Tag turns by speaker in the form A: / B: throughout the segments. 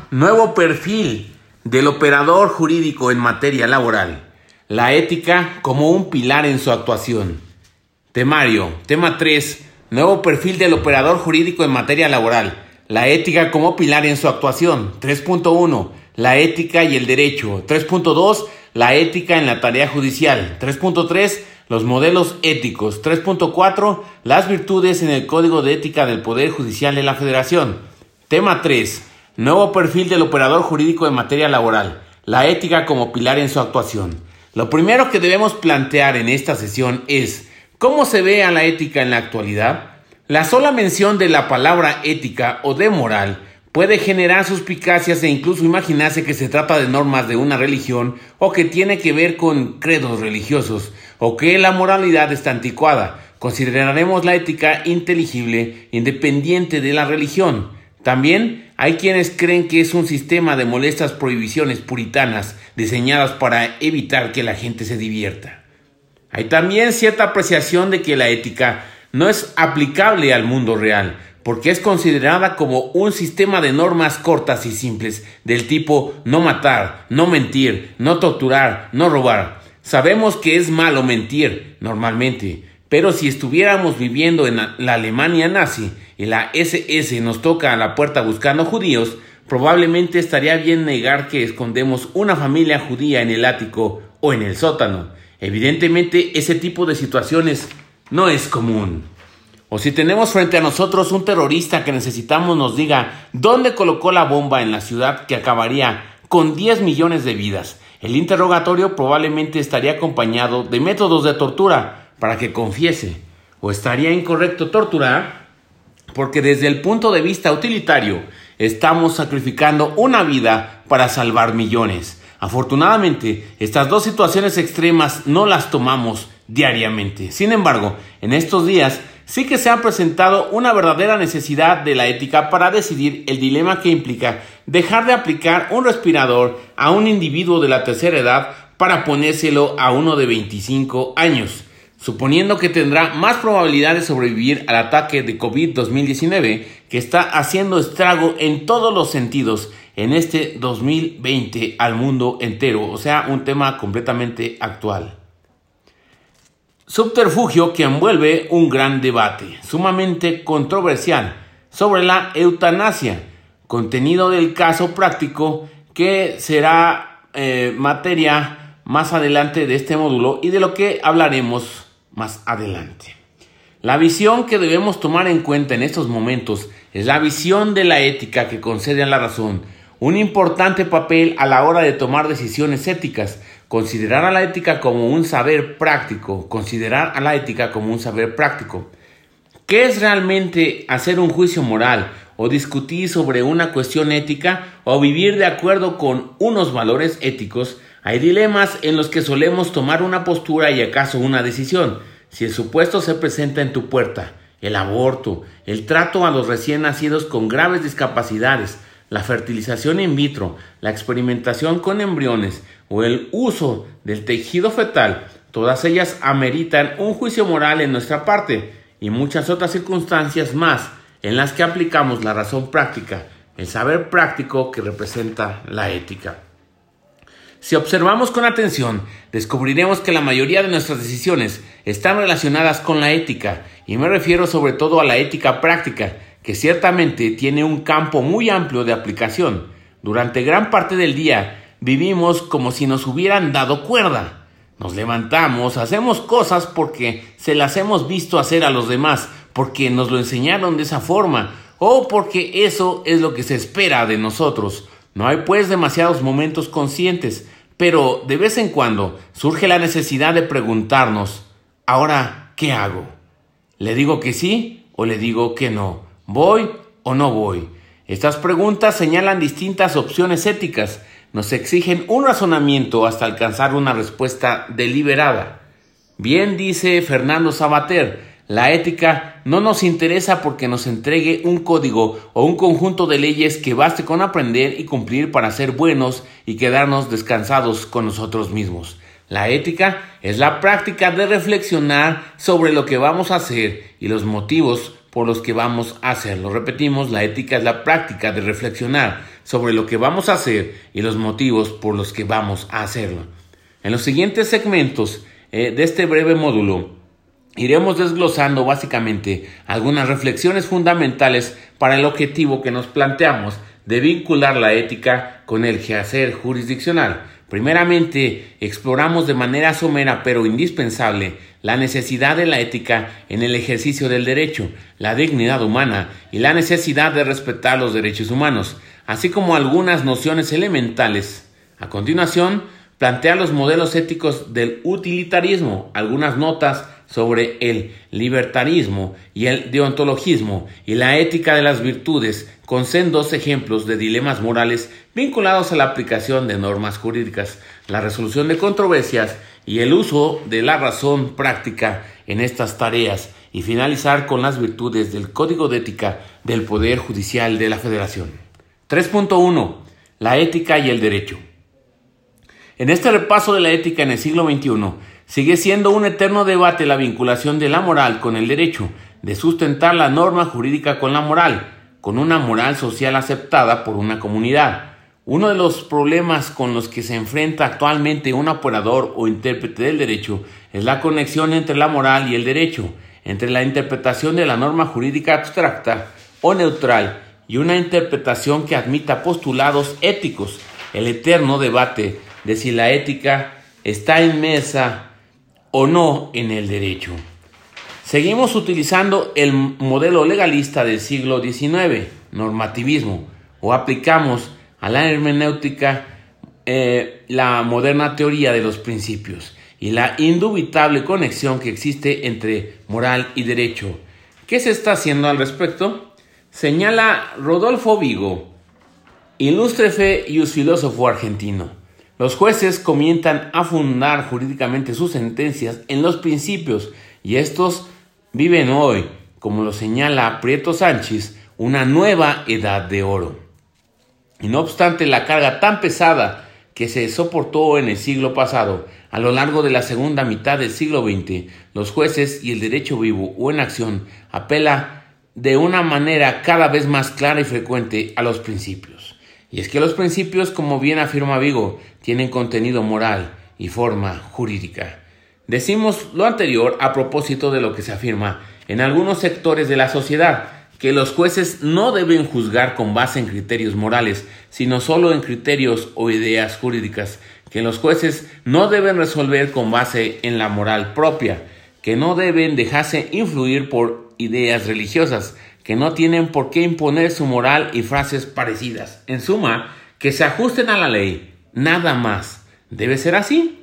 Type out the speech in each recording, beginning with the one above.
A: Nuevo perfil del operador jurídico en materia laboral. La ética como un pilar en su actuación. Temario. Tema 3. Nuevo perfil del operador jurídico en materia laboral. La ética como pilar en su actuación. 3.1. La ética y el derecho. 3.2. La ética en la tarea judicial. 3.3. Los modelos éticos. 3.4. Las virtudes en el Código de Ética del Poder Judicial de la Federación. Tema 3. Nuevo perfil del operador jurídico en materia laboral. La ética como pilar en su actuación. Lo primero que debemos plantear en esta sesión es ¿cómo se ve a la ética en la actualidad? La sola mención de la palabra ética o de moral puede generar suspicacias e incluso imaginarse que se trata de normas de una religión o que tiene que ver con credos religiosos o que la moralidad está anticuada. Consideraremos la ética inteligible, independiente de la religión. También hay quienes creen que es un sistema de molestas prohibiciones puritanas diseñadas para evitar que la gente se divierta. Hay también cierta apreciación de que la ética no es aplicable al mundo real, porque es considerada como un sistema de normas cortas y simples, del tipo no matar, no mentir, no torturar, no robar. Sabemos que es malo mentir, normalmente, pero si estuviéramos viviendo en la Alemania nazi y la SS nos toca a la puerta buscando judíos, probablemente estaría bien negar que escondemos una familia judía en el ático o en el sótano. Evidentemente, ese tipo de situaciones no es común. O si tenemos frente a nosotros un terrorista que necesitamos nos diga dónde colocó la bomba en la ciudad que acabaría con 10 millones de vidas. El interrogatorio probablemente estaría acompañado de métodos de tortura para que confiese. ¿O estaría incorrecto torturar? Porque desde el punto de vista utilitario, estamos sacrificando una vida para salvar millones. Afortunadamente, estas dos situaciones extremas no las tomamos diariamente. Sin embargo, en estos días sí que se ha presentado una verdadera necesidad de la ética para decidir el dilema que implica dejar de aplicar un respirador a un individuo de la tercera edad para ponérselo a uno de 25 años. Suponiendo que tendrá más probabilidad de sobrevivir al ataque de COVID-19 que está haciendo estrago en todos los sentidos en este 2020 al mundo entero, o sea, un tema completamente actual. Subterfugio que envuelve un gran debate, sumamente controversial, sobre la eutanasia, contenido del caso práctico que será materia más adelante de este módulo y de lo que hablaremos más adelante. La visión que debemos tomar en cuenta en estos momentos es la visión de la ética que concede a la razón un importante papel a la hora de tomar decisiones éticas. Considerar a la ética como un saber práctico. ¿Qué es realmente hacer un juicio moral o discutir sobre una cuestión ética o vivir de acuerdo con unos valores éticos? Hay dilemas en los que solemos tomar una postura y acaso una decisión. Si el supuesto se presenta en tu puerta, el aborto, el trato a los recién nacidos con graves discapacidades, la fertilización in vitro, la experimentación con embriones o el uso del tejido fetal, todas ellas ameritan un juicio moral en nuestra parte y muchas otras circunstancias más en las que aplicamos la razón práctica, el saber práctico que representa la ética. Si observamos con atención, descubriremos que la mayoría de nuestras decisiones están relacionadas con la ética, y me refiero sobre todo a la ética práctica, que ciertamente tiene un campo muy amplio de aplicación. Durante gran parte del día vivimos como si nos hubieran dado cuerda. Nos levantamos, hacemos cosas porque se las hemos visto hacer a los demás, porque nos lo enseñaron de esa forma, o porque eso es lo que se espera de nosotros. No hay pues demasiados momentos conscientes, pero de vez en cuando surge la necesidad de preguntarnos, ¿ahora qué hago? ¿Le digo que sí o le digo que no? ¿Voy o no voy? Estas preguntas señalan distintas opciones éticas, nos exigen un razonamiento hasta alcanzar una respuesta deliberada. Bien dice Fernando Savater, la ética no nos interesa porque nos entregue un código o un conjunto de leyes que baste con aprender y cumplir para ser buenos y quedarnos descansados con nosotros mismos. La ética es la práctica de reflexionar sobre lo que vamos a hacer y los motivos por los que vamos a hacerlo. Repetimos, la ética es la práctica de reflexionar sobre lo que vamos a hacer y los motivos por los que vamos a hacerlo. En los siguientes segmentos de este breve módulo iremos desglosando básicamente algunas reflexiones fundamentales para el objetivo que nos planteamos de vincular la ética con el quehacer jurisdiccional. Primeramente, exploramos de manera somera pero indispensable la necesidad de la ética en el ejercicio del derecho, la dignidad humana y la necesidad de respetar los derechos humanos, así como algunas nociones elementales. A continuación, plantea los modelos éticos del utilitarismo, algunas notas sobre el libertarismo y el deontologismo y la ética de las virtudes, con sendos ejemplos de dilemas morales vinculados a la aplicación de normas jurídicas, la resolución de controversias y el uso de la razón práctica en estas tareas, y finalizar con las virtudes del Código de Ética del Poder Judicial de la Federación. 3.1. La ética y el derecho. En este repaso de la ética en el siglo XXI, sigue siendo un eterno debate la vinculación de la moral con el derecho, de sustentar la norma jurídica con la moral, con una moral social aceptada por una comunidad. Uno de los problemas con los que se enfrenta actualmente un operador o intérprete del derecho es la conexión entre la moral y el derecho, entre la interpretación de la norma jurídica abstracta o neutral y una interpretación que admita postulados éticos, el eterno debate de si la ética está inmersa o no en el derecho. Seguimos utilizando el modelo legalista del siglo XIX, normativismo, o aplicamos a la hermenéutica la moderna teoría de los principios y la indubitable conexión que existe entre moral y derecho. ¿Qué se está haciendo al respecto? Señala Rodolfo Vigo, ilustre fe y filósofo argentino. Los jueces comienzan a fundar jurídicamente sus sentencias en los principios y estos viven hoy, como lo señala Prieto Sánchez, una nueva edad de oro. Y no obstante la carga tan pesada que se soportó en el siglo pasado, a lo largo de la segunda mitad del siglo XX, los jueces y el derecho vivo o en acción apela de una manera cada vez más clara y frecuente a los principios. Y es que los principios, como bien afirma Vigo, tienen contenido moral y forma jurídica. Decimos lo anterior a propósito de lo que se afirma en algunos sectores de la sociedad, que los jueces no deben juzgar con base en criterios morales, sino solo en criterios o ideas jurídicas, que los jueces no deben resolver con base en la moral propia, que no deben dejarse influir por ideas religiosas, que no tienen por qué imponer su moral y frases parecidas. En suma, que se ajusten a la ley, nada más. ¿Debe ser así?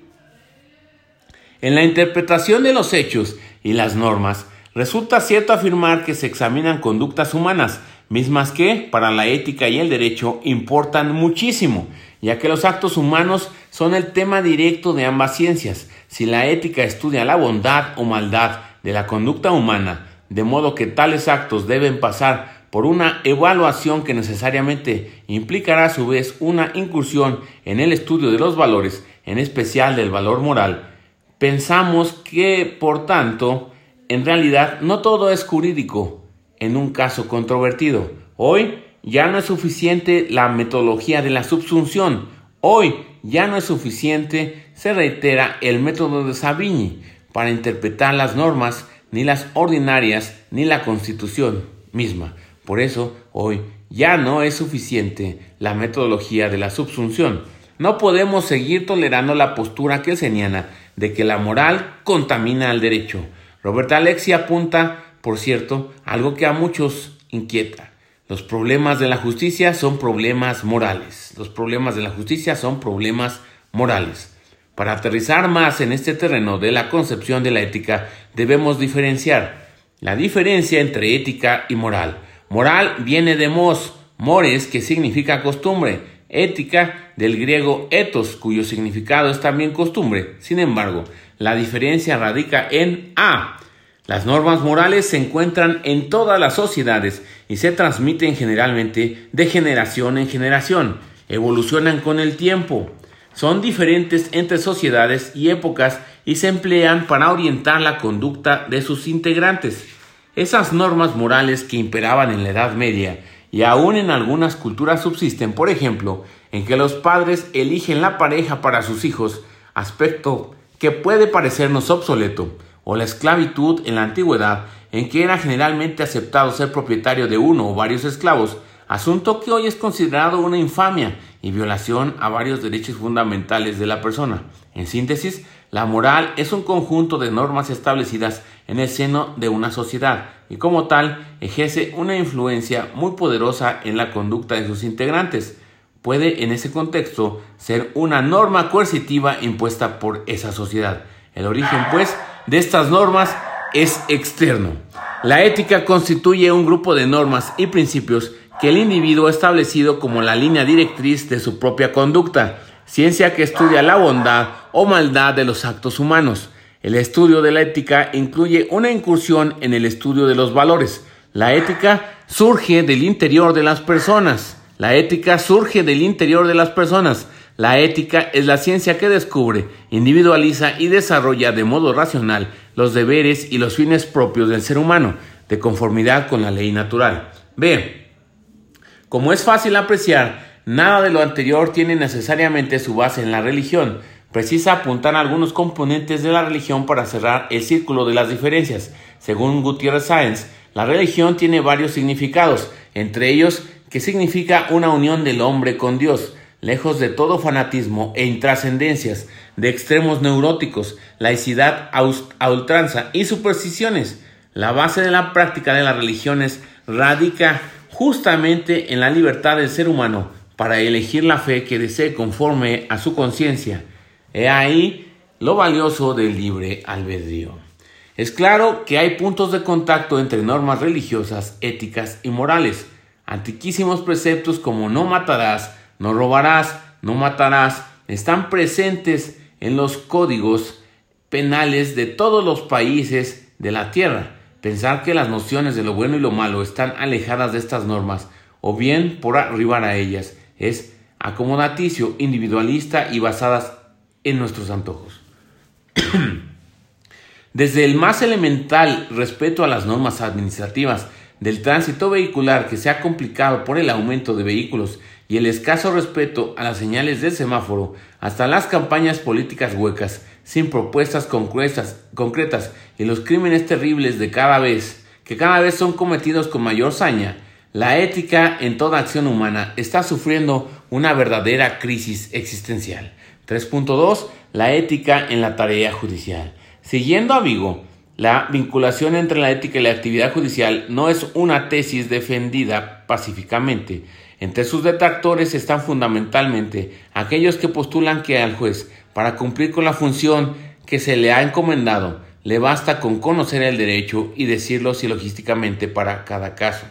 A: En la interpretación de los hechos y las normas, resulta cierto afirmar que se examinan conductas humanas, mismas que, para la ética y el derecho, importan muchísimo, ya que los actos humanos son el tema directo de ambas ciencias. Si la ética estudia la bondad o maldad de la conducta humana, de modo que tales actos deben pasar por una evaluación que necesariamente implicará a su vez una incursión en el estudio de los valores, en especial del valor moral, pensamos que, por tanto, en realidad no todo es jurídico en un caso controvertido. Hoy ya no es suficiente la metodología de la subsunción. Hoy ya no es suficiente, se reitera, el método de Savigny para interpretar las normas, ni las ordinarias, ni la Constitución misma. Por eso, hoy ya no es suficiente la metodología de la subsunción. No podemos seguir tolerando la postura kelseniana de que la moral contamina al derecho. Roberta Alexi apunta, por cierto, algo que a muchos inquieta. Los problemas de la justicia son problemas morales. Los problemas de la justicia son problemas morales. Para aterrizar más en este terreno de la concepción de la ética, debemos diferenciar la diferencia entre ética y moral. Moral viene de mores, que significa costumbre. Ética, del griego ethos, cuyo significado es también costumbre. Sin embargo, la diferencia radica en A. Las normas morales se encuentran en todas las sociedades y se transmiten generalmente de generación en generación. Evolucionan con el tiempo. Son diferentes entre sociedades y épocas y se emplean para orientar la conducta de sus integrantes. Esas normas morales que imperaban en la Edad Media y aún en algunas culturas subsisten, por ejemplo, en que los padres eligen la pareja para sus hijos, aspecto que puede parecernos obsoleto, o la esclavitud en la antigüedad, en que era generalmente aceptado ser propietario de uno o varios esclavos, asunto que hoy es considerado una infamia y violación a varios derechos fundamentales de la persona. En síntesis, la moral es un conjunto de normas establecidas en el seno de una sociedad y como tal ejerce una influencia muy poderosa en la conducta de sus integrantes. Puede en ese contexto ser una norma coercitiva impuesta por esa sociedad. El origen, pues, de estas normas es externo. La ética constituye un grupo de normas y principios que el individuo ha establecido como la línea directriz de su propia conducta, ciencia que estudia la bondad o maldad de los actos humanos. El estudio de la ética incluye una incursión en el estudio de los valores. La ética surge del interior de las personas. La ética es la ciencia que descubre, individualiza y desarrolla de modo racional los deberes y los fines propios del ser humano, de conformidad con la ley natural. B. Como es fácil apreciar, nada de lo anterior tiene necesariamente su base en la religión. Precisa apuntar a algunos componentes de la religión para cerrar el círculo de las diferencias. Según Gutiérrez Sáenz, la religión tiene varios significados, entre ellos que significa una unión del hombre con Dios, lejos de todo fanatismo e intrascendencias, de extremos neuróticos, laicidad a ultranza y supersticiones. La base de la práctica de las religiones radica justamente en la libertad del ser humano para elegir la fe que desee conforme a su conciencia. He ahí lo valioso del libre albedrío. Es claro que hay puntos de contacto entre normas religiosas, éticas y morales. Antiquísimos preceptos como no matarás, no robarás, no matarás, están presentes en los códigos penales de todos los países de la tierra. Pensar que las nociones de lo bueno y lo malo están alejadas de estas normas, o bien por arribar a ellas, es acomodaticio, individualista y basadas en nuestros antojos. Desde el más elemental respeto a las normas administrativas del tránsito vehicular que se ha complicado por el aumento de vehículos y el escaso respeto a las señales del semáforo, hasta las campañas políticas huecas, sin propuestas concretas y los crímenes terribles que cada vez son cometidos con mayor saña, la ética en toda acción humana está sufriendo una verdadera crisis existencial. 3.2. La ética en la tarea judicial. Siguiendo a Vigo, la vinculación entre la ética y la actividad judicial no es una tesis defendida pacíficamente. Entre sus detractores están fundamentalmente aquellos que postulan que al juez, para cumplir con la función que se le ha encomendado, le basta con conocer el derecho y decirlo silogísticamente para cada caso.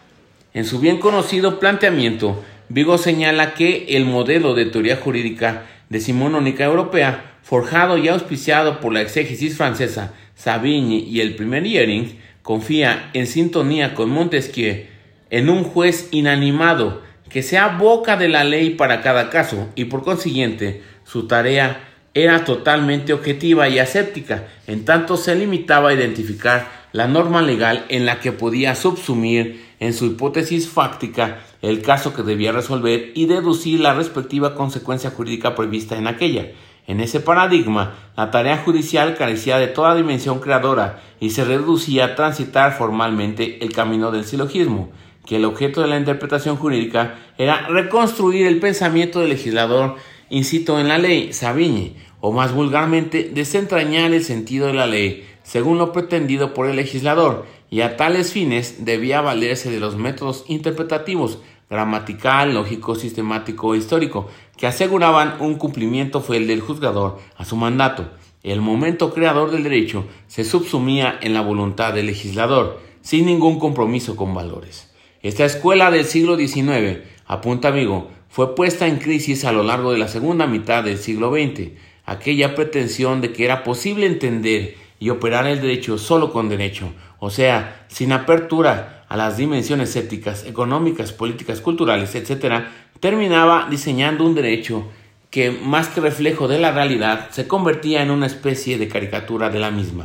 A: En su bien conocido planteamiento, Vigo señala que el modelo de teoría jurídica decimonónica europea, forjado y auspiciado por la exégesis francesa Savigny y el primer Jering, confía en sintonía con Montesquieu en un juez inanimado que sea boca de la ley para cada caso y por consiguiente su tarea era totalmente objetiva y aséptica, en tanto se limitaba a identificar la norma legal en la que podía subsumir en su hipótesis fáctica el caso que debía resolver y deducir la respectiva consecuencia jurídica prevista en aquella. En ese paradigma, la tarea judicial carecía de toda dimensión creadora y se reducía a transitar formalmente el camino del silogismo, que el objeto de la interpretación jurídica era reconstruir el pensamiento del legislador incito en la ley, Savigny, o más vulgarmente, desentrañar el sentido de la ley, según lo pretendido por el legislador, y a tales fines debía valerse de los métodos interpretativos, gramatical, lógico, sistemático e histórico, que aseguraban un cumplimiento fiel del juzgador a su mandato. El momento creador del derecho se subsumía en la voluntad del legislador, sin ningún compromiso con valores. Esta escuela del siglo XIX, apunta Vigo, fue puesta en crisis a lo largo de la segunda mitad del siglo XX. Aquella pretensión de que era posible entender y operar el derecho solo con derecho, o sea, sin apertura a las dimensiones éticas, económicas, políticas, culturales, etc., terminaba diseñando un derecho que, más que reflejo de la realidad, se convertía en una especie de caricatura de la misma.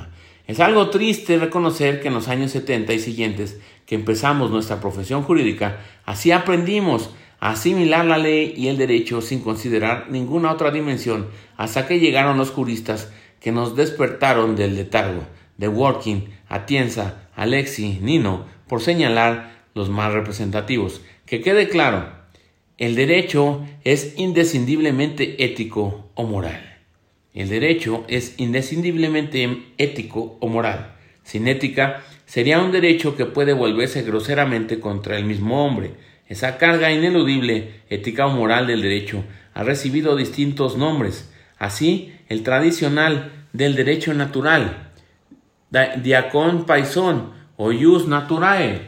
A: Es algo triste reconocer que en los años 70 y siguientes que empezamos nuestra profesión jurídica, así aprendimos a asimilar la ley y el derecho sin considerar ninguna otra dimensión hasta que llegaron los juristas que nos despertaron del letargo, de Dworkin, Atienza, Alexis, Nino, por señalar los más representativos. Que quede claro, el derecho es indescindiblemente ético o moral. El derecho es indescindiblemente ético o moral. Sin ética, sería un derecho que puede volverse groseramente contra el mismo hombre. Esa carga ineludible, ética o moral del derecho, ha recibido distintos nombres. Así, el tradicional del derecho natural, diacon paison o jus naturae.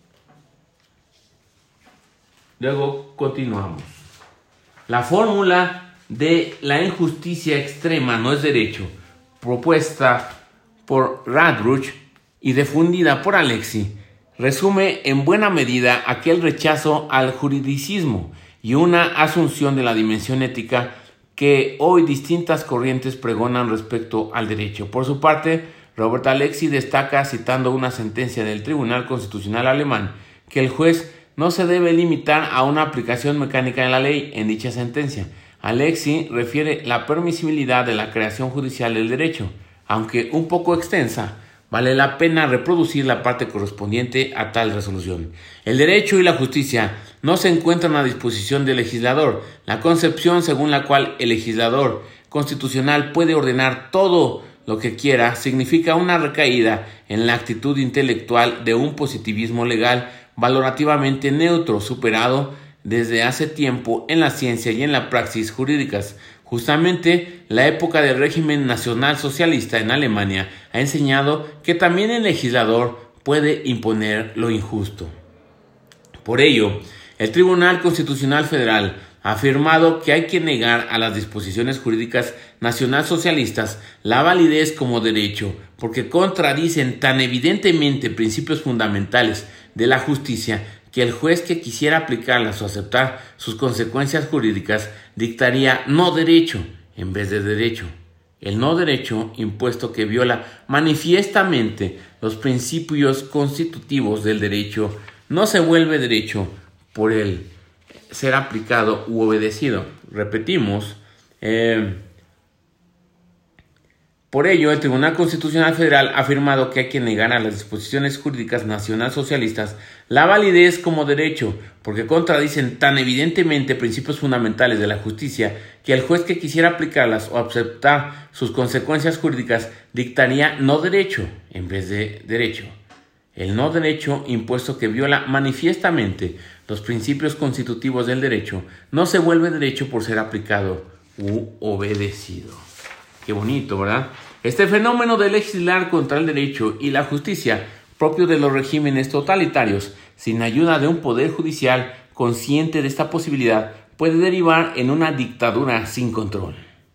A: Luego continuamos. La fórmula de la injusticia extrema no es derecho, propuesta por Radbruch y difundida por Alexis, resume en buena medida aquel rechazo al juridicismo y una asunción de la dimensión ética que hoy distintas corrientes pregonan respecto al derecho. Por su parte, Robert Alexis destaca, citando una sentencia del Tribunal Constitucional alemán, que el juez no se debe limitar a una aplicación mecánica de la ley en dicha sentencia. Alexis refiere la permisibilidad de la creación judicial del derecho. Aunque un poco extensa, vale la pena reproducir la parte correspondiente a tal resolución. El derecho y la justicia no se encuentran a disposición del legislador. La concepción según la cual el legislador constitucional puede ordenar todo lo que quiera significa una recaída en la actitud intelectual de un positivismo legal valorativamente neutro, superado desde hace tiempo en la ciencia y en la praxis jurídicas. Justamente, la época del régimen nacional socialista en Alemania ha enseñado que también el legislador puede imponer lo injusto. Por ello, el Tribunal Constitucional Federal ha afirmado que hay que negar a las disposiciones jurídicas nacionalsocialistas la validez como derecho, porque contradicen tan evidentemente principios fundamentales de la justicia que el juez que quisiera aplicarlas o aceptar sus consecuencias jurídicas dictaría no derecho en vez de derecho. El no derecho impuesto que viola manifiestamente los principios constitutivos del derecho no se vuelve derecho por el ser aplicado u obedecido. Repetimos, por ello, el Tribunal Constitucional Federal ha afirmado que hay que negar a las disposiciones jurídicas nacionalsocialistas la validez como derecho, porque contradicen tan evidentemente principios fundamentales de la justicia que el juez que quisiera aplicarlas o aceptar sus consecuencias jurídicas dictaría no derecho en vez de derecho. El no derecho impuesto que viola manifiestamente los principios constitutivos del derecho no se vuelve derecho por ser aplicado u obedecido. Qué bonito, ¿verdad? Este fenómeno de legislar contra el derecho y la justicia propio de los regímenes totalitarios, sin ayuda de un poder judicial consciente de esta posibilidad, puede derivar en una dictadura sin control.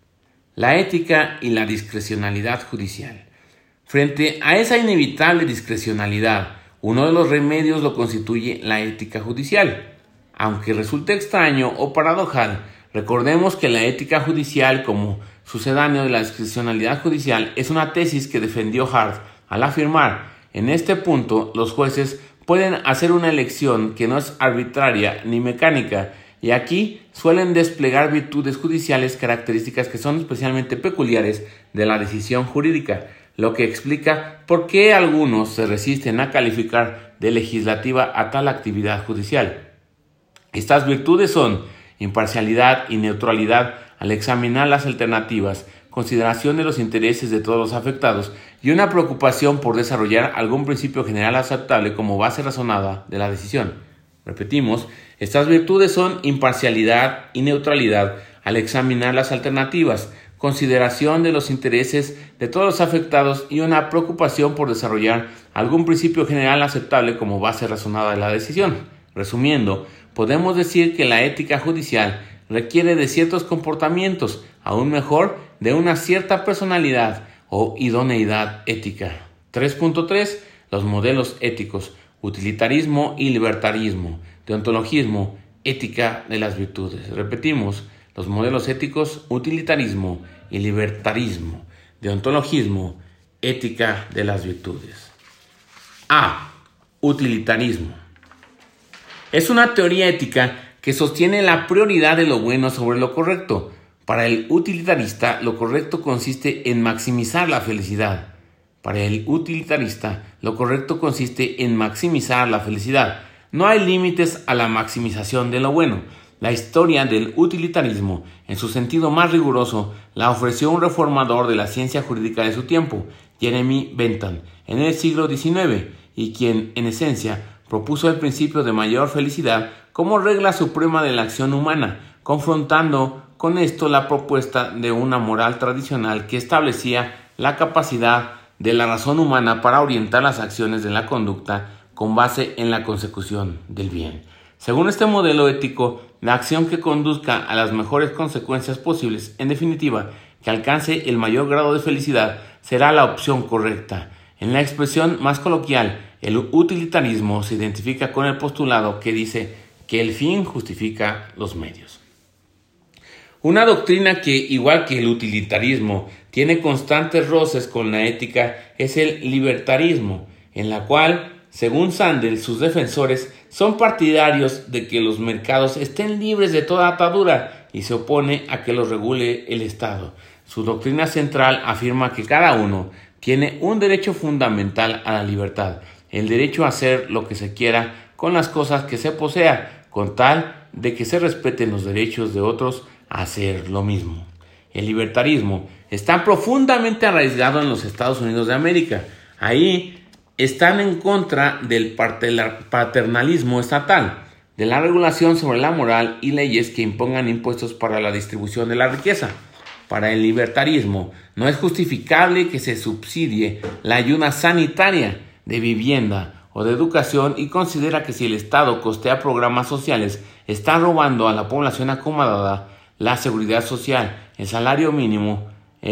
A: La ética y la discrecionalidad judicial. Frente a esa inevitable discrecionalidad, uno de los remedios lo constituye la ética judicial. Aunque resulte extraño o paradojal, recordemos que la ética judicial, como sucedáneo de la discrecionalidad judicial, es una tesis que defendió Hart al afirmar: en este punto, los jueces pueden hacer una elección que no es arbitraria ni mecánica, y aquí suelen desplegar virtudes judiciales, características que son especialmente peculiares de la decisión jurídica, lo que explica por qué algunos se resisten a calificar de legislativa a tal actividad judicial. Estas virtudes son imparcialidad y neutralidad al examinar las alternativas, consideración de los intereses de todos los afectados y una preocupación por desarrollar algún principio general aceptable como base razonada de la decisión. Repetimos, estas virtudes son imparcialidad y neutralidad al examinar las alternativas, consideración de los intereses de todos los afectados y una preocupación por desarrollar algún principio general aceptable como base razonada de la decisión. Resumiendo, podemos decir que la ética judicial requiere de ciertos comportamientos, aún mejor, de una cierta personalidad o idoneidad ética. 3.3. Los modelos éticos: utilitarismo y libertarismo, deontologismo, ética de las virtudes. Repetimos, los modelos éticos: utilitarismo y libertarismo, deontologismo, ética de las virtudes. A. Utilitarismo. Es una teoría ética que sostiene la prioridad de lo bueno sobre lo correcto. Para el utilitarista, lo correcto consiste en maximizar la felicidad. Para el utilitarista, lo correcto consiste en maximizar la felicidad. No hay límites a la maximización de lo bueno. La historia del utilitarismo, en su sentido más riguroso, la ofreció un reformador de la ciencia jurídica de su tiempo, Jeremy Bentham, en el siglo XIX, y quien, en esencia, propuso el principio de mayor felicidad como regla suprema de la acción humana, confrontando con esto la propuesta de una moral tradicional que establecía la capacidad de la razón humana para orientar las acciones de la conducta con base en la consecución del bien. Según este modelo ético, la acción que conduzca a las mejores consecuencias posibles, en definitiva, que alcance el mayor grado de felicidad, será la opción correcta. En la expresión más coloquial, el utilitarismo se identifica con el postulado que dice que el fin justifica los medios. Una doctrina que, igual que el utilitarismo, tiene constantes roces con la ética es el libertarismo, en la cual, según Sandel, sus defensores son partidarios de que los mercados estén libres de toda atadura y se opone a que los regule el Estado. Su doctrina central afirma que cada uno tiene un derecho fundamental a la libertad, el derecho a hacer lo que se quiera con las cosas que se posea, con tal de que se respeten los derechos de otros a hacer lo mismo. El libertarismo está profundamente arraigado en los Estados Unidos de América. Ahí están en contra del paternalismo estatal, de la regulación sobre la moral y leyes que impongan impuestos para la distribución de la riqueza. Para el libertarismo no es justificable que se subsidie la ayuda sanitaria, de vivienda o de educación, y considera que si el Estado costea programas sociales, está robando a la población acomodada la seguridad social, el salario mínimo.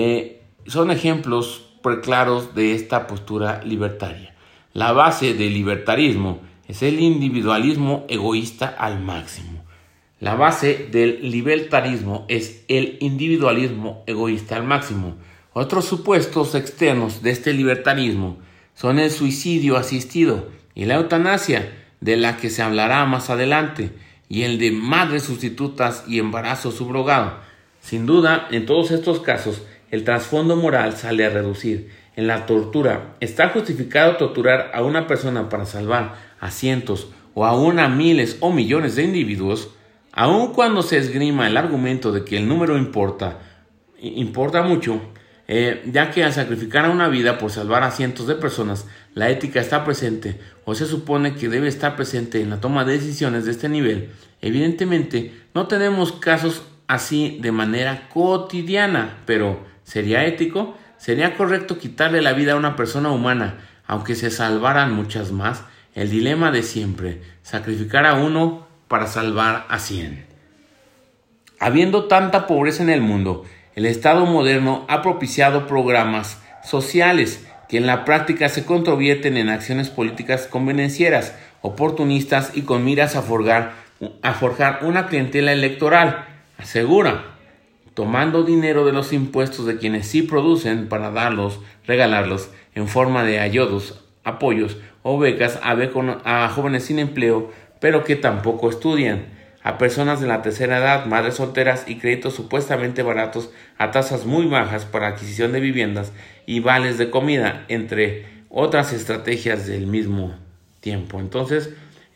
A: Son ejemplos claros de esta postura libertaria. La base del libertarismo es el individualismo egoísta al máximo. La base del libertarismo es el individualismo egoísta al máximo. Otros supuestos externos de este libertarismo son el suicidio asistido y la eutanasia, de la que se hablará más adelante, y el de madres sustitutas y embarazo subrogado. Sin duda, en todos estos casos, el trasfondo moral sale a reducir. En la tortura, ¿está justificado torturar a una persona para salvar a cientos o aún a miles o millones de individuos? Aun cuando se esgrima el argumento de que el número importa mucho, ya que al sacrificar a una vida por salvar a cientos de personas, la ética está presente, o se supone que debe estar presente en la toma de decisiones de este nivel. Evidentemente, no tenemos casos así de manera cotidiana, pero ¿sería ético? ¿Sería correcto quitarle la vida a una persona humana, aunque se salvaran muchas más? El dilema de siempre, sacrificar a uno para salvar a 100. Habiendo tanta pobreza en el mundo, el Estado moderno ha propiciado programas sociales que en la práctica se convierten en acciones políticas convenencieras, oportunistas y con miras a forjar una clientela electoral. Asegura, tomando dinero de los impuestos de quienes sí producen para regalarlos en forma de ayudos, apoyos o becas a jóvenes sin empleo, pero que tampoco estudian, a personas de la tercera edad, madres solteras y créditos supuestamente baratos a tasas muy bajas para adquisición de viviendas y vales de comida, entre otras estrategias del mismo tiempo. Entonces,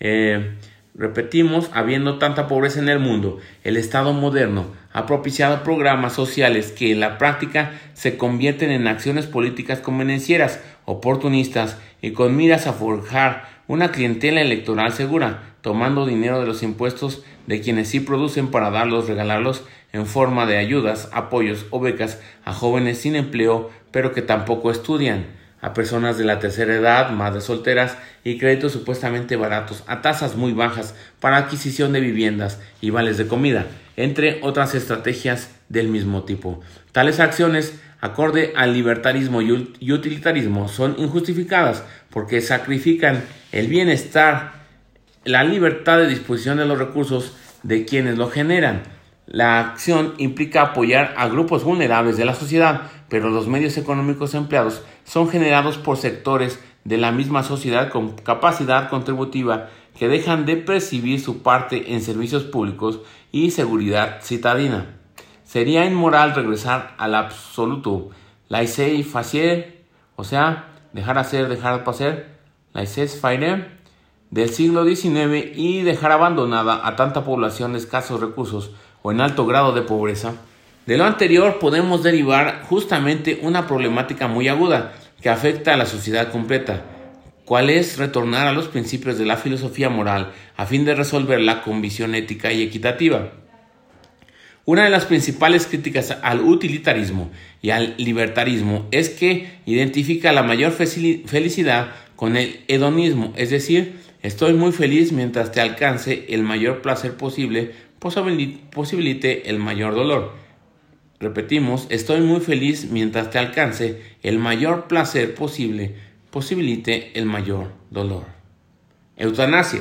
A: repetimos, habiendo tanta pobreza en el mundo, el Estado moderno ha propiciado programas sociales que en la práctica se convierten en acciones políticas convenencieras, oportunistas y con miras a forjar una clientela electoral segura, tomando dinero de los impuestos de quienes sí producen para regalarlos en forma de ayudas, apoyos o becas a jóvenes sin empleo pero que tampoco estudian, a personas de la tercera edad, madres solteras y créditos supuestamente baratos a tasas muy bajas para adquisición de viviendas y vales de comida, entre otras estrategias del mismo tipo. Tales acciones, acorde al libertarismo y utilitarismo, son injustificadas porque sacrifican el bienestar, la libertad de disposición de los recursos de quienes lo generan. La acción implica apoyar a grupos vulnerables de la sociedad, pero los medios económicos empleados son generados por sectores de la misma sociedad con capacidad contributiva que dejan de percibir su parte en servicios públicos y seguridad citadina. Sería inmoral regresar al absoluto laissez-faire, o sea, dejar hacer, dejar pasar, laissez-faire, del siglo XIX y dejar abandonada a tanta población de escasos recursos o en alto grado de pobreza. De lo anterior podemos derivar justamente una problemática muy aguda que afecta a la sociedad completa, cuál es retornar a los principios de la filosofía moral a fin de resolverla con visión ética y equitativa. Una de las principales críticas al utilitarismo y al libertarismo es que identifica la mayor felicidad con el hedonismo, es decir, estoy muy feliz mientras te alcance el mayor placer posible, posibilite el mayor dolor. Repetimos, estoy muy feliz mientras te alcance el mayor placer posible, posibilite el mayor dolor. Eutanasia.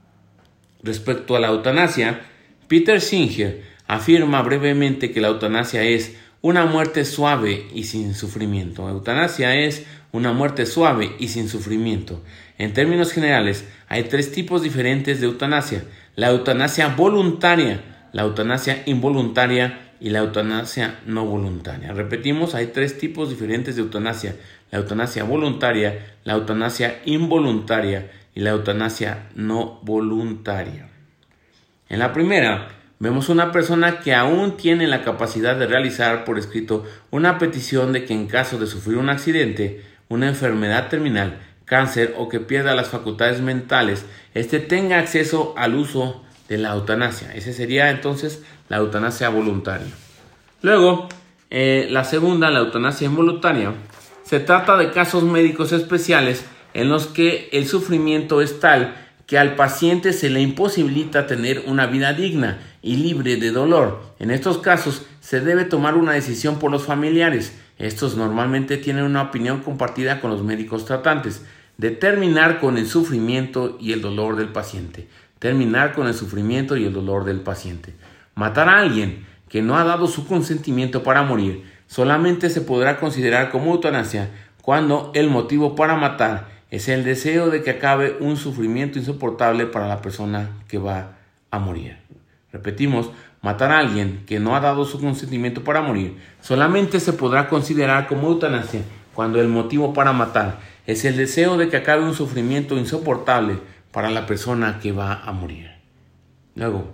A: Respecto a la eutanasia, Peter Singer afirma brevemente que la eutanasia es una muerte suave y sin sufrimiento. Eutanasia es una muerte suave y sin sufrimiento. En términos generales, hay tres tipos diferentes de eutanasia: la eutanasia voluntaria, la eutanasia involuntaria y la eutanasia no voluntaria. Repetimos, hay tres tipos diferentes de eutanasia: la eutanasia voluntaria, la eutanasia involuntaria y la eutanasia no voluntaria. En la primera, vemos una persona que aún tiene la capacidad de realizar por escrito una petición de que en caso de sufrir un accidente, una enfermedad terminal, cáncer o que pierda las facultades mentales, tenga acceso al uso de la eutanasia. Ese sería entonces la eutanasia voluntaria. Luego, la segunda, la eutanasia involuntaria, se trata de casos médicos especiales en los que el sufrimiento es tal que al paciente se le imposibilita tener una vida digna y libre de dolor. En estos casos se debe tomar una decisión por los familiares. Estos normalmente tienen una opinión compartida con los médicos tratantes: de terminar con el sufrimiento y el dolor del paciente. Terminar con el sufrimiento y el dolor del paciente. Matar a alguien que no ha dado su consentimiento para morir solamente se podrá considerar como eutanasia cuando el motivo para matar es el deseo de que acabe un sufrimiento insoportable para la persona que va a morir. Repetimos, matar a alguien que no ha dado su consentimiento para morir solamente se podrá considerar como eutanasia cuando el motivo para matar es el deseo de que acabe un sufrimiento insoportable para la persona que va a morir. Luego,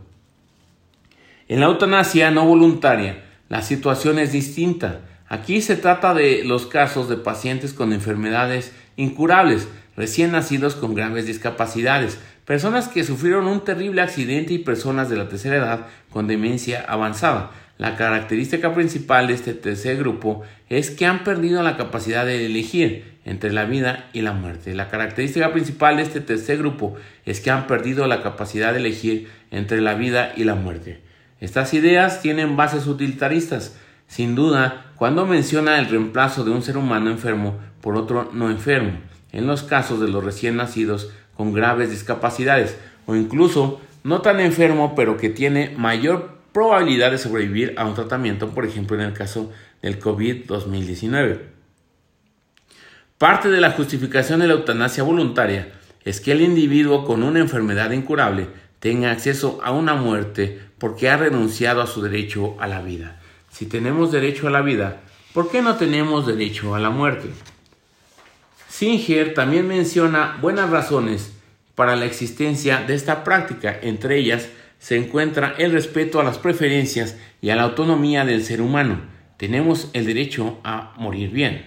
A: en la eutanasia no voluntaria, la situación es distinta. Aquí se trata de los casos de pacientes con enfermedades incurables, recién nacidos con graves discapacidades, personas que sufrieron un terrible accidente y personas de la tercera edad con demencia avanzada. La característica principal de este tercer grupo es que han perdido la capacidad de elegir entre la vida y la muerte. La característica principal de este tercer grupo es que han perdido la capacidad de elegir entre la vida y la muerte. Estas ideas tienen bases utilitaristas, sin duda, cuando menciona el reemplazo de un ser humano enfermo por otro no enfermo, en los casos de los recién nacidos con graves discapacidades, o incluso no tan enfermo pero que tiene mayor probabilidad de sobrevivir a un tratamiento, por ejemplo en el caso del COVID-19. Parte de la justificación de la eutanasia voluntaria es que el individuo con una enfermedad incurable tenga acceso a una muerte porque ha renunciado a su derecho a la vida. Si tenemos derecho a la vida, ¿por qué no tenemos derecho a la muerte? Singer también menciona buenas razones para la existencia de esta práctica. Entre ellas se encuentra el respeto a las preferencias y a la autonomía del ser humano. Tenemos el derecho a morir bien.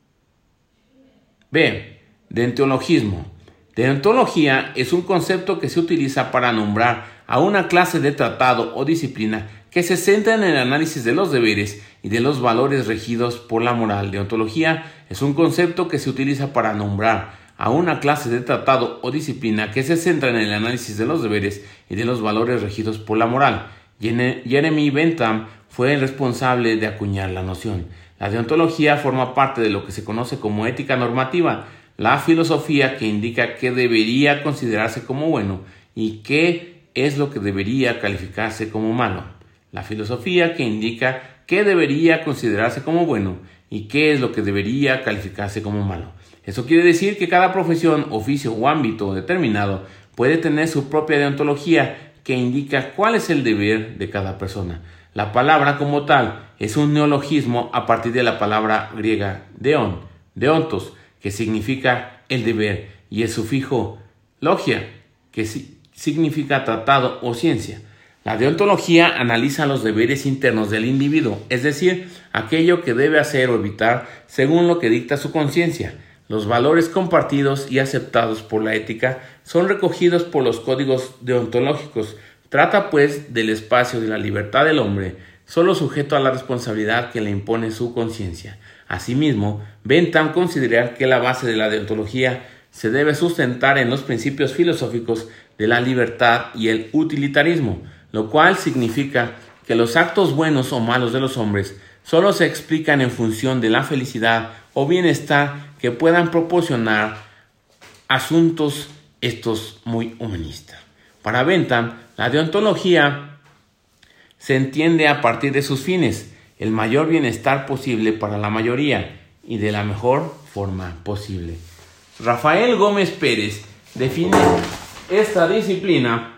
A: B. Deontologismo. Deontología es un concepto que se utiliza para nombrar a una clase de tratado o disciplina que se centra en el análisis de los deberes y de los valores regidos por la moral. Deontología es un concepto que se utiliza para nombrar a una clase de tratado o disciplina que se centra en el análisis de los deberes y de los valores regidos por la moral. Jeremy Bentham fue el responsable de acuñar la noción. La deontología forma parte de lo que se conoce como ética normativa, la filosofía que indica qué debería considerarse como bueno y qué es lo que debería calificarse como malo. La filosofía, que indica qué debería considerarse como bueno y qué es lo que debería calificarse como malo. Eso quiere decir que cada profesión, oficio o ámbito determinado puede tener su propia deontología que indica cuál es el deber de cada persona. La palabra como tal es un neologismo a partir de la palabra griega deontos, que significa el deber, y el sufijo logia, que significa tratado o ciencia. La deontología analiza los deberes internos del individuo, es decir, aquello que debe hacer o evitar según lo que dicta su conciencia. Los valores compartidos y aceptados por la ética son recogidos por los códigos deontológicos. Trata, pues, del espacio de la libertad del hombre, solo sujeto a la responsabilidad que le impone su conciencia. Asimismo, Bentham considera que la base de la deontología se debe sustentar en los principios filosóficos de la libertad y el utilitarismo, lo cual significa que los actos buenos o malos de los hombres solo se explican en función de la felicidad o bienestar que puedan proporcionar asuntos estos muy humanistas. Para Bentham, la deontología se entiende a partir de sus fines, el mayor bienestar posible para la mayoría y de la mejor forma posible. Rafael Gómez Pérez define esta disciplina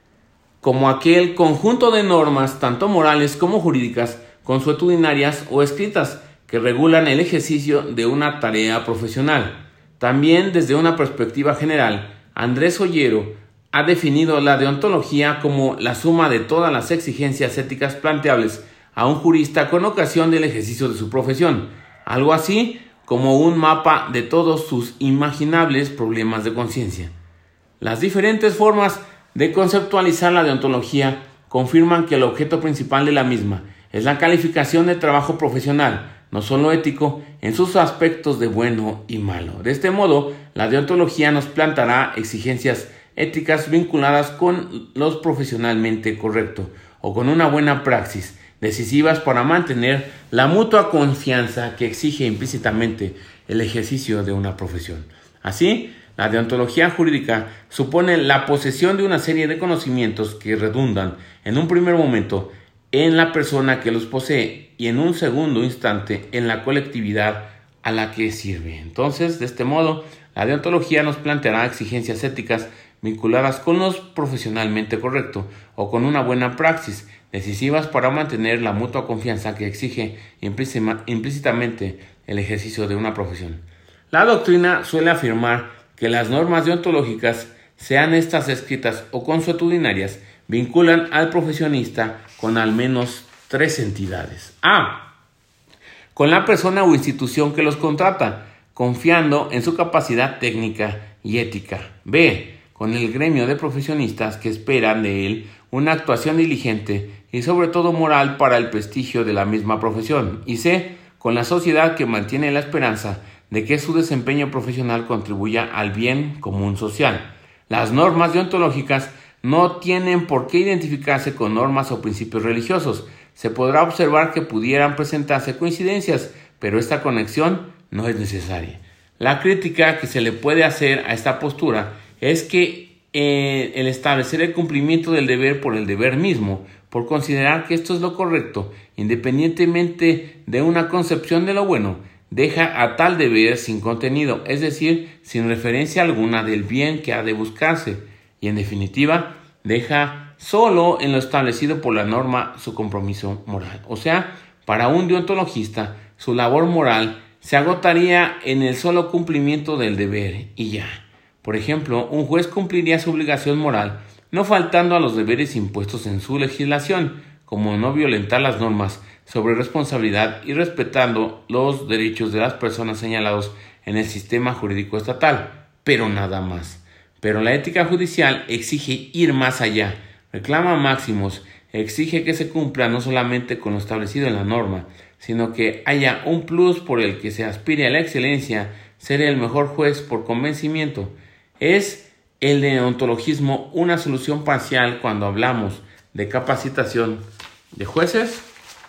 A: como aquel conjunto de normas, tanto morales como jurídicas, consuetudinarias o escritas, que regulan el ejercicio de una tarea profesional. También, desde una perspectiva general, Andrés Ollero ha definido la deontología como la suma de todas las exigencias éticas planteables a un jurista con ocasión del ejercicio de su profesión, algo así como un mapa de todos sus imaginables problemas de conciencia. Las diferentes formas de conceptualizar la deontología confirman que el objeto principal de la misma es la calificación de trabajo profesional, no solo ético, en sus aspectos de bueno y malo. De este modo, la deontología nos planteará exigencias éticas vinculadas con lo profesionalmente correcto o con una buena praxis, decisivas para mantener la mutua confianza que exige implícitamente el ejercicio de una profesión. Así, la deontología jurídica supone la posesión de una serie de conocimientos que redundan, en un primer momento, en la persona que los posee y en un segundo instante en la colectividad a la que sirve. Entonces, de este modo, la deontología nos planteará exigencias éticas vinculadas con lo profesionalmente correcto o con una buena praxis, decisivas para mantener la mutua confianza que exige implícitamente el ejercicio de una profesión. La doctrina suele afirmar que las normas deontológicas, sean estas escritas o consuetudinarias, vinculan al profesionista con al menos tres entidades. A. Con la persona o institución que los contrata, confiando en su capacidad técnica y ética. B. Con el gremio de profesionistas que esperan de él una actuación diligente y sobre todo moral para el prestigio de la misma profesión. Y C. Con la sociedad que mantiene la esperanza de que su desempeño profesional contribuya al bien común social. Las normas deontológicas no tienen por qué identificarse con normas o principios religiosos. Se podrá observar que pudieran presentarse coincidencias, pero esta conexión no es necesaria. La crítica que se le puede hacer a esta postura es que el establecer el cumplimiento del deber por el deber mismo, por considerar que esto es lo correcto, independientemente de una concepción de lo bueno, deja a tal deber sin contenido, es decir, sin referencia alguna del bien que ha de buscarse, y en definitiva, deja solo en lo establecido por la norma su compromiso moral. O sea, para un deontologista, su labor moral se agotaría en el solo cumplimiento del deber y ya. Por ejemplo, un juez cumpliría su obligación moral no faltando a los deberes impuestos en su legislación, como no violentar las normas sobre responsabilidad y respetando los derechos de las personas señalados en el sistema jurídico estatal, pero nada más. Pero la ética judicial exige ir más allá, reclama máximos, exige que se cumpla no solamente con lo establecido en la norma, sino que haya un plus por el que se aspire a la excelencia, ser el mejor juez por convencimiento. ¿Es el deontologismo una solución parcial cuando hablamos de capacitación de jueces?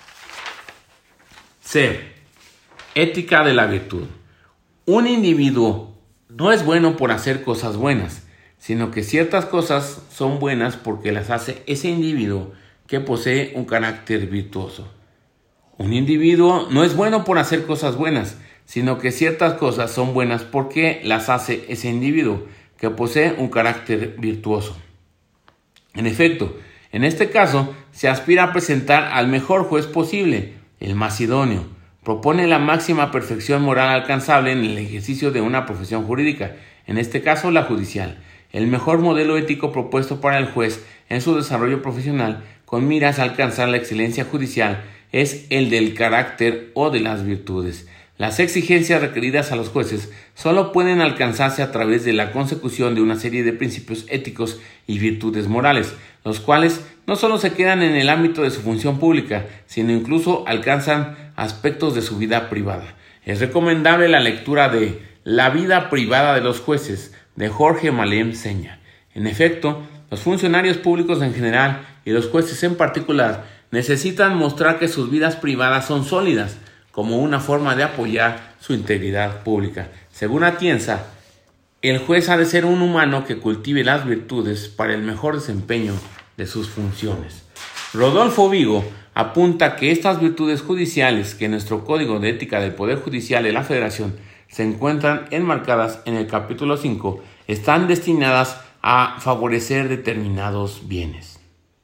A: C. Ética de la virtud. Un individuo no es bueno por hacer cosas buenas, sino que ciertas cosas son buenas porque las hace ese individuo que posee un carácter virtuoso. Un individuo no es bueno por hacer cosas buenas, sino que ciertas cosas son buenas porque las hace ese individuo, que posee un carácter virtuoso. En efecto, en este caso, se aspira a presentar al mejor juez posible, el más idóneo. Propone la máxima perfección moral alcanzable en el ejercicio de una profesión jurídica, en este caso la judicial. El mejor modelo ético propuesto para el juez en su desarrollo profesional, con miras a alcanzar la excelencia judicial, es el del carácter o de las virtudes. Las exigencias requeridas a los jueces solo pueden alcanzarse a través de la consecución de una serie de principios éticos y virtudes morales, los cuales no solo se quedan en el ámbito de su función pública, sino incluso alcanzan aspectos de su vida privada. Es recomendable la lectura de La vida privada de los jueces, de Jorge Malem Seña. En efecto, los funcionarios públicos en general y los jueces en particular necesitan mostrar que sus vidas privadas son sólidas, como una forma de apoyar su integridad pública. Según Atienza, el juez ha de ser un humano que cultive las virtudes para el mejor desempeño de sus funciones. Rodolfo Vigo apunta que estas virtudes judiciales que en nuestro Código de Ética del Poder Judicial de la Federación se encuentran enmarcadas en el capítulo 5, están destinadas a favorecer determinados bienes.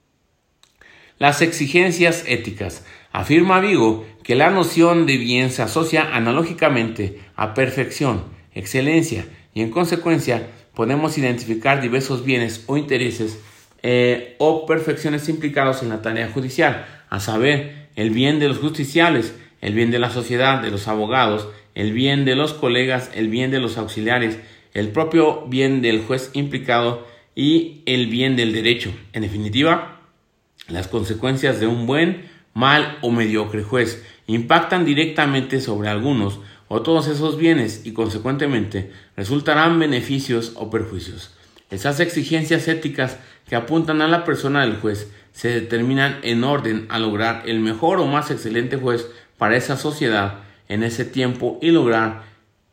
A: Las exigencias éticas. Afirma Vigo que la noción de bien se asocia analógicamente a perfección, excelencia, y en consecuencia podemos identificar diversos bienes o intereses o perfecciones implicados en la tarea judicial, a saber, el bien de los justiciables, el bien de la sociedad, de los abogados, el bien de los colegas, el bien de los auxiliares, el propio bien del juez implicado y el bien del derecho. En definitiva, las consecuencias de un buen, mal o mediocre juez impactan directamente sobre algunos o todos esos bienes y consecuentemente resultarán beneficios o perjuicios. Esas exigencias éticas que apuntan a la persona del juez se determinan en orden a lograr el mejor o más excelente juez para esa sociedad en ese tiempo y lugar.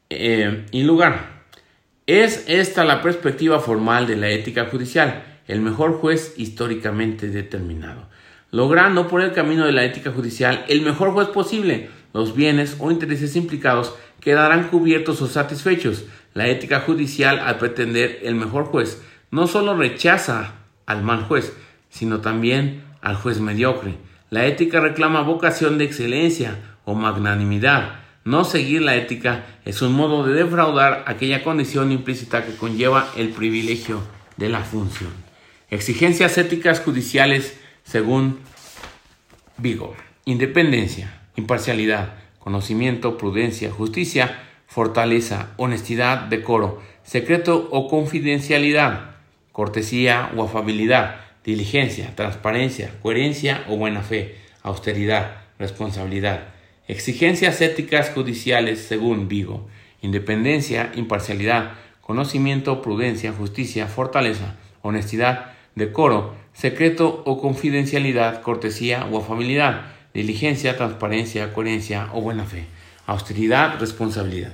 A: Es esta la perspectiva formal de la ética judicial, el mejor juez históricamente determinado, logrando por el camino de la ética judicial el mejor juez posible. Los bienes o intereses implicados quedarán cubiertos o satisfechos. La ética judicial, al pretender el mejor juez, no solo rechaza al mal juez, sino también al juez mediocre. La ética reclama vocación de excelencia o magnanimidad. No seguir la ética es un modo de defraudar aquella condición implícita que conlleva el privilegio de la función. Exigencias éticas judiciales según Vigo: independencia, imparcialidad, conocimiento, prudencia, justicia, fortaleza, honestidad, decoro, secreto o confidencialidad, cortesía o afabilidad, diligencia, transparencia, coherencia o buena fe, austeridad, responsabilidad. Exigencias éticas judiciales según Vigo: independencia, imparcialidad, conocimiento, prudencia, justicia, fortaleza, honestidad, decoro, secreto o confidencialidad, cortesía o afabilidad, diligencia, transparencia, coherencia o buena fe, austeridad, responsabilidad.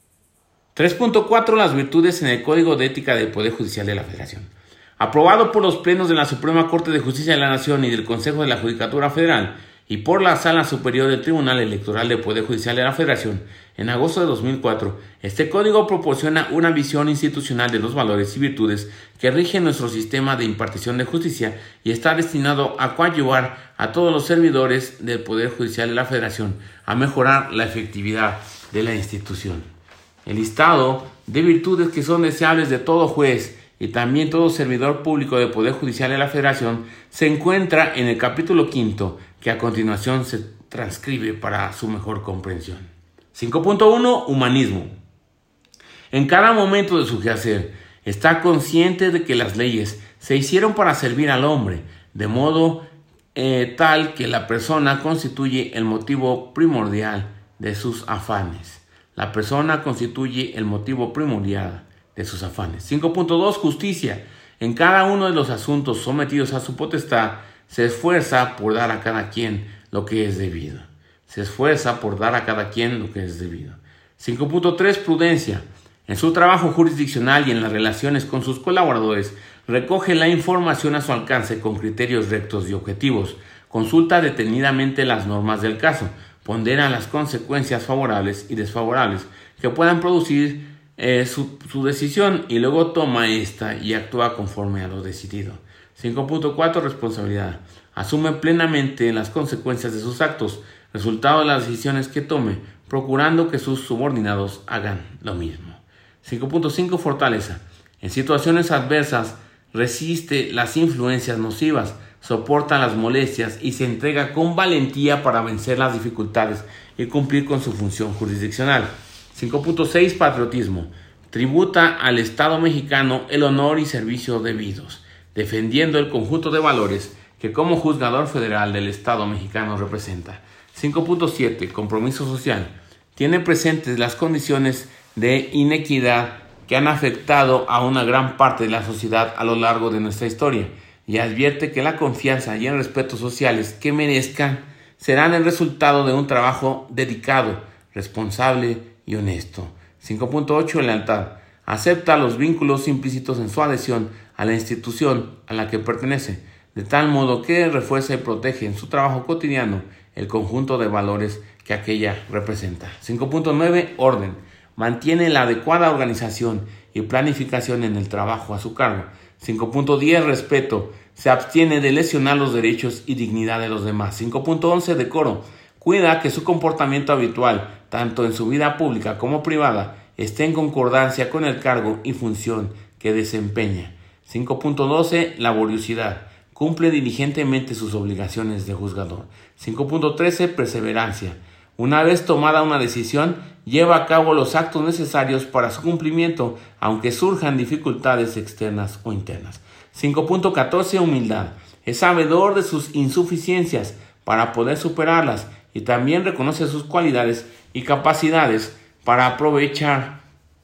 A: 3.4. Las virtudes en el Código de Ética del Poder Judicial de la Federación. Aprobado por los plenos de la Suprema Corte de Justicia de la Nación y del Consejo de la Judicatura Federal y por la Sala Superior del Tribunal Electoral del Poder Judicial de la Federación en agosto de 2004, este código proporciona una visión institucional de los valores y virtudes que rigen nuestro sistema de impartición de justicia y está destinado a coadyuvar a todos los servidores del Poder Judicial de la Federación a mejorar la efectividad de la institución. El listado de virtudes que son deseables de todo juez y también todo servidor público del Poder Judicial de la Federación se encuentra en el capítulo 5, que a continuación se transcribe para su mejor comprensión. 5.1. Humanismo. En cada momento de su quehacer, está consciente de que las leyes se hicieron para servir al hombre, de modo tal que la persona constituye el motivo primordial de sus afanes. La persona constituye el motivo primordial de sus afanes. 5.2. Justicia. En cada uno de los asuntos sometidos a su potestad, se esfuerza por dar a cada quien lo que es debido. 5.3. Prudencia. En su trabajo jurisdiccional y en las relaciones con sus colaboradores, Recoge la información a su alcance con criterios rectos y objetivos. Consulta detenidamente las normas del caso. Pondera las consecuencias favorables y desfavorables que puedan producir su decisión y luego toma esta y actúa conforme a lo decidido. 5.4. Responsabilidad. Asume plenamente las consecuencias de sus actos, resultado de las decisiones que tome, procurando que sus subordinados hagan lo mismo. 5.5. Fortaleza. En situaciones adversas, resiste las influencias nocivas, soporta las molestias y se entrega con valentía para vencer las dificultades y cumplir con su función jurisdiccional. 5.6. Patriotismo. Tributa al Estado mexicano el honor y servicio debidos, defendiendo el conjunto de valores que como juzgador federal del Estado mexicano representa. 5.7. Compromiso social. Tiene presentes las condiciones de inequidad que han afectado a una gran parte de la sociedad a lo largo de nuestra historia y advierte que la confianza y el respeto sociales que merezcan serán el resultado de un trabajo dedicado, responsable y honesto. 5.8. Lealtad. Acepta los vínculos implícitos en su adhesión a la institución a la que pertenece, de tal modo que refuerza y protege en su trabajo cotidiano el conjunto de valores que aquella representa. 5.9. Orden. Mantiene la adecuada organización y planificación en el trabajo a su cargo. 5.10. Respeto. Se abstiene de lesionar los derechos y dignidad de los demás. 5.11. Decoro. Cuida que su comportamiento habitual, tanto en su vida pública como privada, esté en concordancia con el cargo y función que desempeña. 5.12. Laboriosidad. Cumple diligentemente sus obligaciones de juzgador. 5.13. Perseverancia. Una vez tomada una decisión, lleva a cabo los actos necesarios para su cumplimiento, aunque surjan dificultades externas o internas. 5.14. Humildad. Es sabedor de sus insuficiencias para poder superarlas y también reconoce sus cualidades y capacidades para aprovechar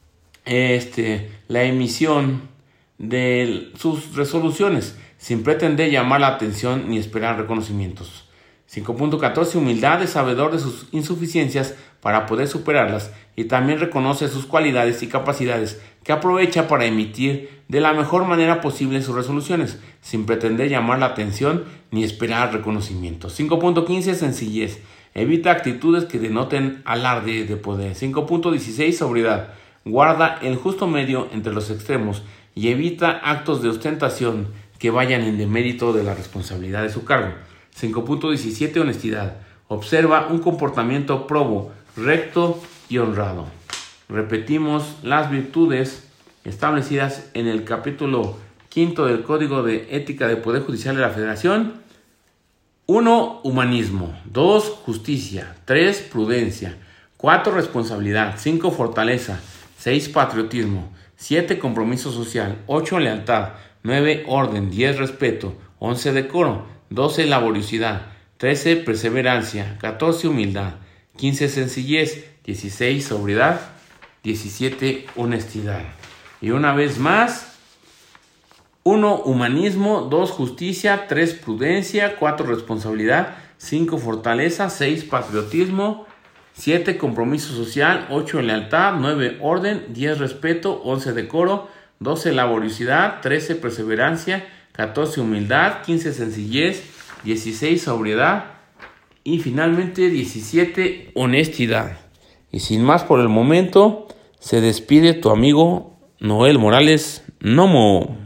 A: la emisión de sus resoluciones sin pretender llamar la atención ni esperar reconocimientos. 5.14. Humildad. Es sabedor de sus insuficiencias para poder superarlas y también reconoce sus cualidades y capacidades que aprovecha para emitir de la mejor manera posible sus resoluciones sin pretender llamar la atención ni esperar reconocimientos. 5.15. Sencillez. Evita actitudes que denoten alarde de poder. 5.16. Sobriedad. Guarda el justo medio entre los extremos y evita actos de ostentación que vayan en demérito de la responsabilidad de su cargo. 5.17. Honestidad. Observa un comportamiento probo, recto y honrado. Repetimos las virtudes establecidas en el capítulo 5 del Código de Ética del Poder Judicial de la Federación. 1. Humanismo. 2. Justicia. 3. Prudencia. 4. Responsabilidad. 5. Fortaleza. 6. Patriotismo. 7. Compromiso social. 8. Lealtad. 9. Orden. 10. Respeto. 11. Decoro. 12. Laboriosidad. 13. Perseverancia. 14. Humildad. 15. Sencillez. 16. Sobriedad. 17. Honestidad. Y una vez más: 1. Humanismo. 2. Justicia. 3. Prudencia. 4. Responsabilidad. 5. Fortaleza. 6. Patriotismo. 7. Compromiso social. 8. Lealtad. 9. Orden. 10. Respeto. 11. Decoro. 12. Laboriosidad. 13. Perseverancia. 14. Humildad. 15. Sencillez. 16. Sobriedad. Y finalmente 17. Honestidad. Y sin más por el momento, se despide tu amigo Noel Morales Nomo.